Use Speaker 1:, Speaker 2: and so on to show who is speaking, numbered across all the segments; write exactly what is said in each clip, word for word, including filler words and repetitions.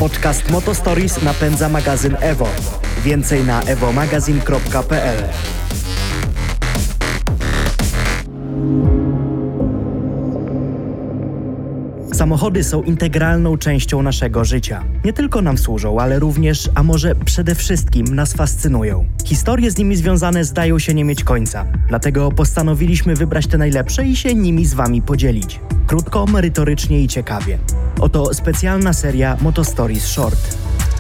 Speaker 1: Podcast Motostories napędza magazyn Evo. Więcej na evomagazin kropka p l. Samochody są integralną częścią naszego życia. Nie tylko nam służą, ale również, a może przede wszystkim nas fascynują. Historie z nimi związane zdają się nie mieć końca. Dlatego postanowiliśmy wybrać te najlepsze i się nimi z wami podzielić. Krótko, merytorycznie i ciekawie. Oto specjalna seria Motostories Short.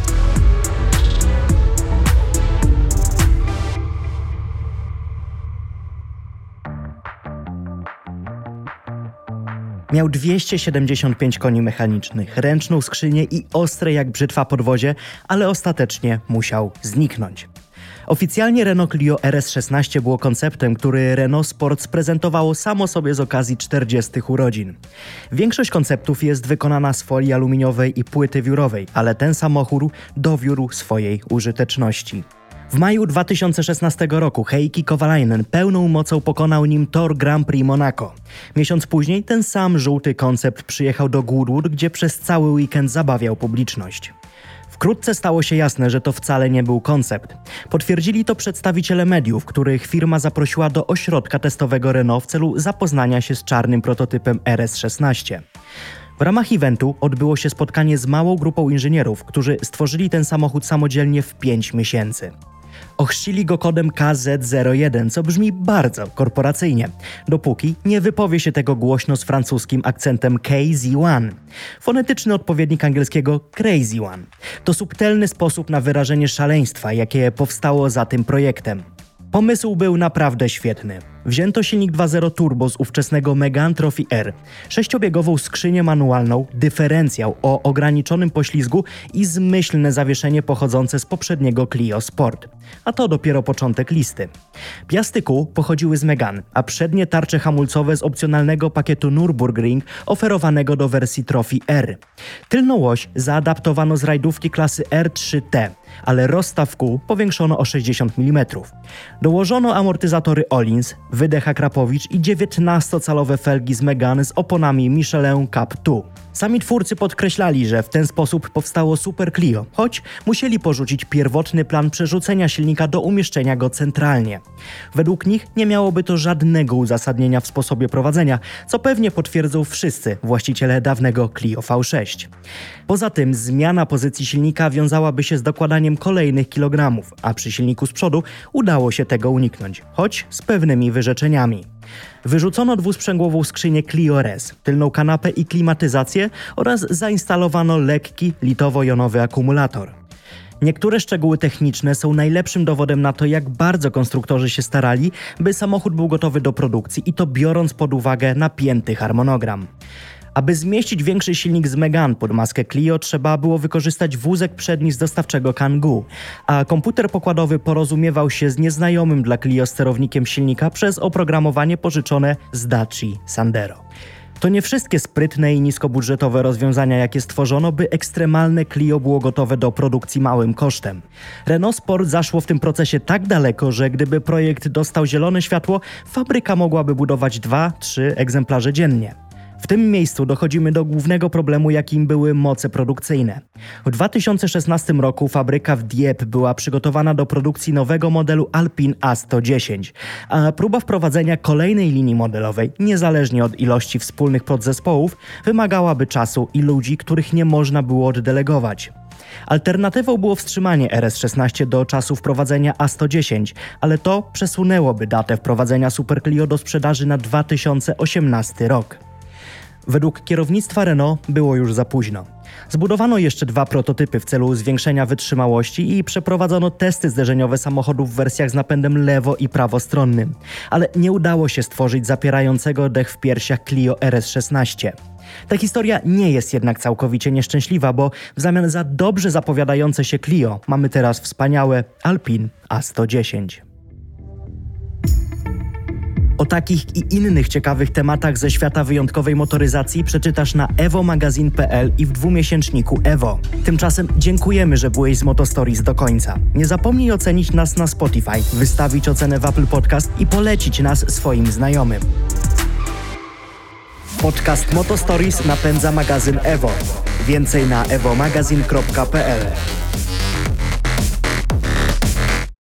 Speaker 1: Miał dwieście siedemdziesiąt pięć koni mechanicznych, ręczną skrzynię i ostre jak brzytwa podwozie, ale ostatecznie musiał zniknąć. Oficjalnie Renault Clio R S szesnaście było konceptem, który Renault Sport sprezentowało samo sobie z okazji czterdziestych urodzin. Większość konceptów jest wykonana z folii aluminiowej i płyty wiórowej, ale ten samochód dowiódł swojej użyteczności. W maju dwa tysiące szesnastego roku Heikki Kovalainen pełną mocą pokonał nim tor Grand Prix Monaco. Miesiąc później ten sam żółty koncept przyjechał do Goodwood, gdzie przez cały weekend zabawiał publiczność. Wkrótce stało się jasne, że to wcale nie był koncept. Potwierdzili to przedstawiciele mediów, których firma zaprosiła do ośrodka testowego Renault w celu zapoznania się z czarnym prototypem R S szesnaście. W ramach eventu odbyło się spotkanie z małą grupą inżynierów, którzy stworzyli ten samochód samodzielnie w pięć miesięcy. Ochrzcili go kodem K Z zero jeden, co brzmi bardzo korporacyjnie, dopóki nie wypowie się tego głośno z francuskim akcentem K Z jeden. Fonetyczny odpowiednik angielskiego Crazy One. To subtelny sposób na wyrażenie szaleństwa, jakie powstało za tym projektem. Pomysł był naprawdę świetny. Wzięto silnik dwa zero turbo z ówczesnego Megane Trophy R, sześciobiegową skrzynię manualną, dyferencjał o ograniczonym poślizgu i zmyślne zawieszenie pochodzące z poprzedniego Clio Sport. A to dopiero początek listy. Piasty kół pochodziły z Megane, a przednie tarcze hamulcowe z opcjonalnego pakietu Nürburgring oferowanego do wersji Trophy R. Tylną oś zaadaptowano z rajdówki klasy R trzy T, ale rozstaw kół powiększono o sześćdziesiąt milimetrów. Dołożono amortyzatory Öhlins, wydech Akrapowicz i dziewiętnastocalowe felgi z Megane z oponami Michelin Cup dwa. Sami twórcy podkreślali, że w ten sposób powstało Super Clio, choć musieli porzucić pierwotny plan przerzucenia silnika do umieszczenia go centralnie. Według nich nie miałoby to żadnego uzasadnienia w sposobie prowadzenia, co pewnie potwierdzą wszyscy właściciele dawnego Clio V sześć. Poza tym zmiana pozycji silnika wiązałaby się z dokładaniem kolejnych kilogramów, a przy silniku z przodu udało się tego uniknąć, choć z pewnymi wyrzeczeniami. Wyrzucono dwusprzęgłową skrzynię Clio R S, tylną kanapę i klimatyzację oraz zainstalowano lekki litowo-jonowy akumulator. Niektóre szczegóły techniczne są najlepszym dowodem na to, jak bardzo konstruktorzy się starali, by samochód był gotowy do produkcji i to biorąc pod uwagę napięty harmonogram. Aby zmieścić większy silnik z Megane pod maskę Clio, trzeba było wykorzystać wózek przedni z dostawczego Kangoo, a komputer pokładowy porozumiewał się z nieznajomym dla Clio sterownikiem silnika przez oprogramowanie pożyczone z Dacia Sandero. To nie wszystkie sprytne i niskobudżetowe rozwiązania, jakie stworzono, by ekstremalne Clio było gotowe do produkcji małym kosztem. Renault Sport zaszło w tym procesie tak daleko, że gdyby projekt dostał zielone światło, fabryka mogłaby budować dwa trzy egzemplarze dziennie. W tym miejscu dochodzimy do głównego problemu, jakim były moce produkcyjne. W dwa tysiące szesnastym roku fabryka w Dieppe była przygotowana do produkcji nowego modelu Alpine A sto dziesięć, a próba wprowadzenia kolejnej linii modelowej, niezależnie od ilości wspólnych podzespołów, wymagałaby czasu i ludzi, których nie można było oddelegować. Alternatywą było wstrzymanie R S szesnaście do czasu wprowadzenia A sto dziesięć, ale to przesunęłoby datę wprowadzenia Super Clio do sprzedaży na dwa tysiące osiemnasty rok. Według kierownictwa Renault było już za późno. Zbudowano jeszcze dwa prototypy w celu zwiększenia wytrzymałości i przeprowadzono testy zderzeniowe samochodów w wersjach z napędem lewo- i prawostronnym, ale nie udało się stworzyć zapierającego dech w piersiach Clio R S szesnaście. Ta historia nie jest jednak całkowicie nieszczęśliwa, bo w zamian za dobrze zapowiadające się Clio mamy teraz wspaniałe Alpine A sto dziesięć. O takich i innych ciekawych tematach ze świata wyjątkowej motoryzacji przeczytasz na evomagazin kropka p l i w dwumiesięczniku Evo. Tymczasem dziękujemy, że byłeś z Motostories do końca. Nie zapomnij ocenić nas na Spotify, wystawić ocenę w Apple Podcast i polecić nas swoim znajomym. Podcast Motostories napędza magazyn Evo. Więcej na ewomagazin kropka pe el.